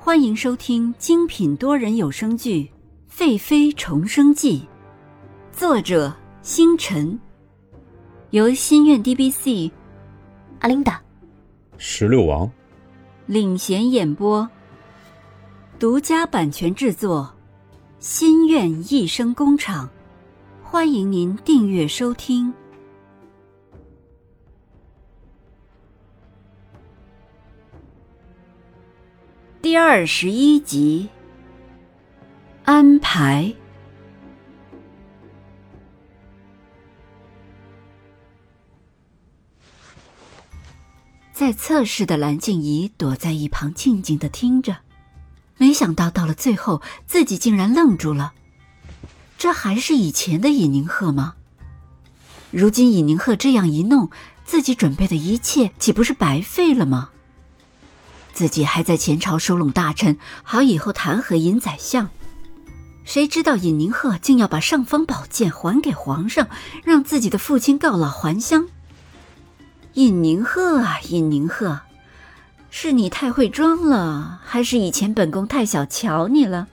欢迎收听精品多人有声剧《废妃重生记》，作者星辰，由心愿 DBC、 阿琳达、 16王领衔演播，独家版权制作，心愿一声工厂。欢迎您订阅收听。第21集，安排。在侧室的蓝静怡躲在一旁静静地听着，没想到到了最后自己竟然愣住了。这还是以前的尹宁鹤吗？如今尹宁鹤这样一弄，自己准备的一切岂不是白费了吗？自己还在前朝收拢大臣，好以后弹劾尹宰相。谁知道尹宁鹤竟要把尚方宝剑还给皇上，让自己的父亲告老还乡。尹宁鹤啊，尹宁鹤，是你太会装了，还是以前本宫太小瞧你了？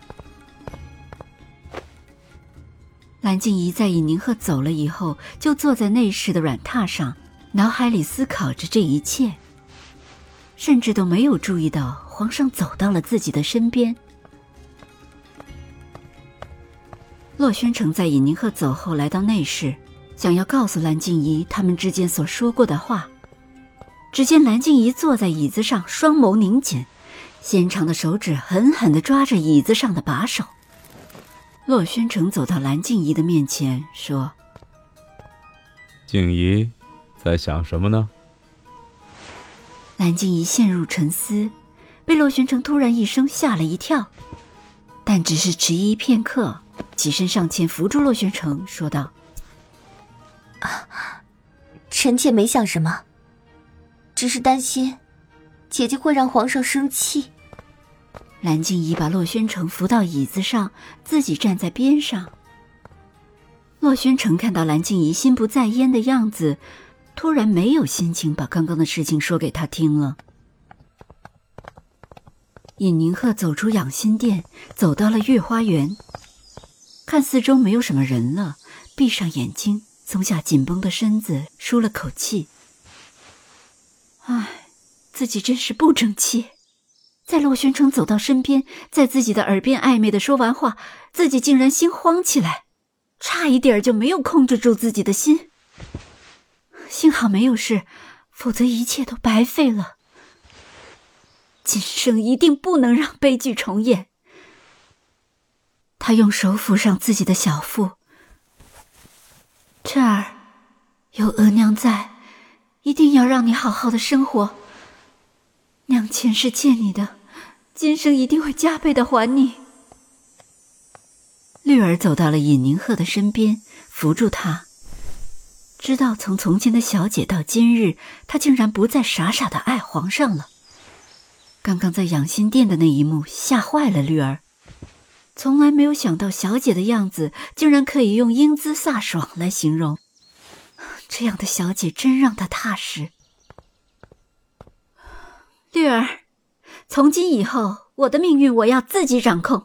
蓝静怡在尹宁鹤走了以后，就坐在内室的软榻上，脑海里思考着这一切，甚至都没有注意到皇上走到了自己的身边。洛宣城在尹宁鹤走后来到内室，想要告诉蓝静怡他们之间所说过的话。只见蓝静怡坐在椅子上，双眸凝紧，纤长的手指狠狠地抓着椅子上的把手。洛宣城走到蓝静怡的面前说： 静怡在想什么呢？ 蓝静怡陷入沉思，被洛宣城突然一声吓了一跳，但只是迟疑片刻，起身上前扶住洛宣城说道： 臣妾没想什么，只是担心姐姐会让皇上生气。 蓝静怡把洛宣城扶到椅子上，自己站在边上。洛宣城看到蓝静怡心不在焉的样子，突然没有心情把刚刚的事情说给他听了。尹宁鹤走出养心殿，走到了御花园，看四周没有什么人了，闭上眼睛，松下紧绷的身子，舒了口气。唉，自己真是不争气。在洛宣城走到身边，在自己的耳边暧昧地说完话，自己竟然心慌起来，差一点就没有控制住自己的心。幸好没有事，否则一切都白费了。今生一定不能让悲剧重演。他用手抚上自己的小腹，这儿有额娘在，一定要让你好好的生活。娘前世欠你的，今生一定会加倍的还你。绿儿走到了尹宁鹤的身边，扶住他。知道从从前的小姐到今日，她竟然不再傻傻的爱皇上了。刚刚在养心殿的那一幕吓坏了绿儿，从来没有想到小姐的样子竟然可以用英姿飒爽来形容，这样的小姐真让她踏实。绿儿，从今以后，我的命运我要自己掌控。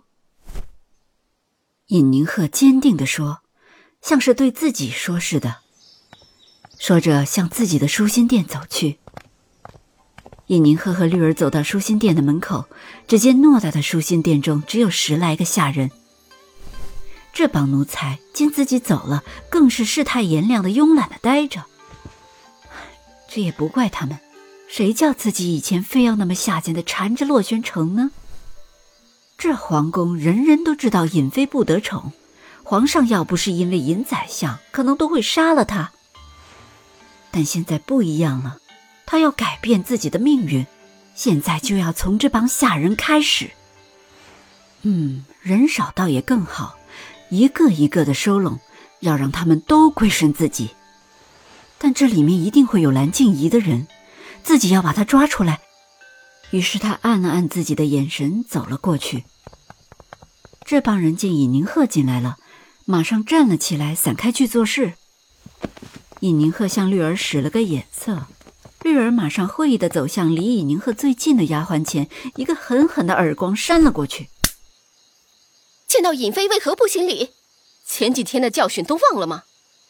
尹宁鹤坚定地说，像是对自己说似的。说着向自己的舒心殿走去。尹宁鹤和绿儿走到舒心殿的门口，只见偌大的舒心殿中只有10来个下人。这帮奴才见自己走了，更是世态炎凉的慵懒的待着。这也不怪他们，谁叫自己以前非要那么下贱的缠着洛宣城呢？这皇宫人人都知道尹妃不得宠，皇上要不是因为尹宰相，可能都会杀了他。但现在不一样了，他要改变自己的命运，现在就要从这帮下人开始。人少倒也更好，一个一个的收拢，要让他们都归顺自己。但这里面一定会有蓝静怡的人，自己要把他抓出来。于是他按了按自己的眼神，走了过去。这帮人见尹宁鹤进来了，马上站了起来，散开去做事。尹宁鹤向绿儿使了个眼色， 绿儿马上会意地走向离尹宁鹤最近的丫鬟前，一个狠狠的耳光扇了过去。 见到尹妃为何不行礼？前几天的教训都忘了吗？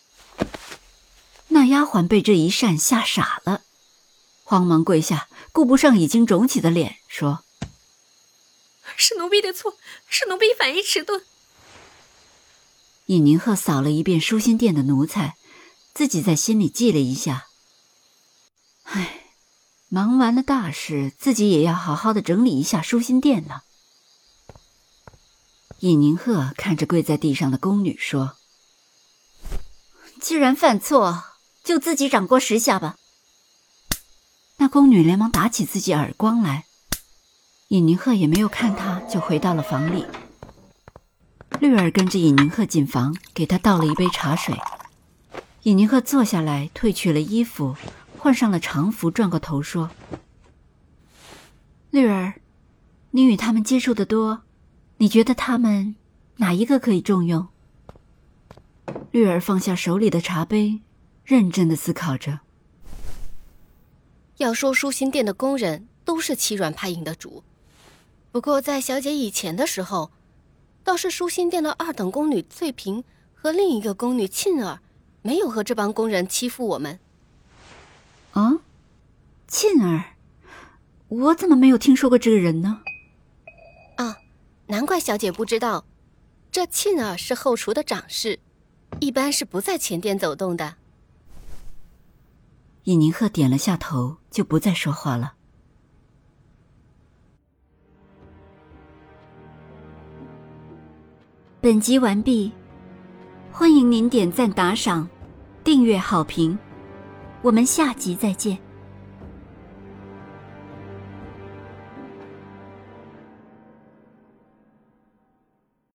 那丫鬟被这一扇吓傻了，慌忙跪下，顾不上已经肿起的脸，说： 是奴婢的错，是奴婢反应迟钝。 尹宁鹤扫了一遍舒心殿的奴才，自己在心里记了一下，唉，忙完了大事，自己也要好好的整理一下舒心殿呢。尹宁鹤看着跪在地上的宫女说：既然犯错，就自己掌过10下吧。那宫女连忙打起自己耳光来，尹宁鹤也没有看她，就回到了房里。绿儿跟着尹宁鹤进房，给他倒了一杯茶水。尹宁鹤坐下来，褪去了衣服，换上了长服，转过头说：绿儿，你与他们接触的多，你觉得他们哪一个可以重用？绿儿放下手里的茶杯，认真地思考着。 要说舒心殿的宫人都是欺软怕硬的主，不过在小姐以前的时候，倒是舒心殿的2等宫女翠萍和另一个宫女沁儿没有和这帮宫人欺负我们。 啊，沁儿，我怎么没有听说过这个人呢？ 啊，难怪小姐不知道，这沁儿是后厨的长侍，一般是不在前殿走动的。 尹宁鹤点了下头，就不再说话了。本集完毕，欢迎您点赞打赏、订阅好评，我们下集再见。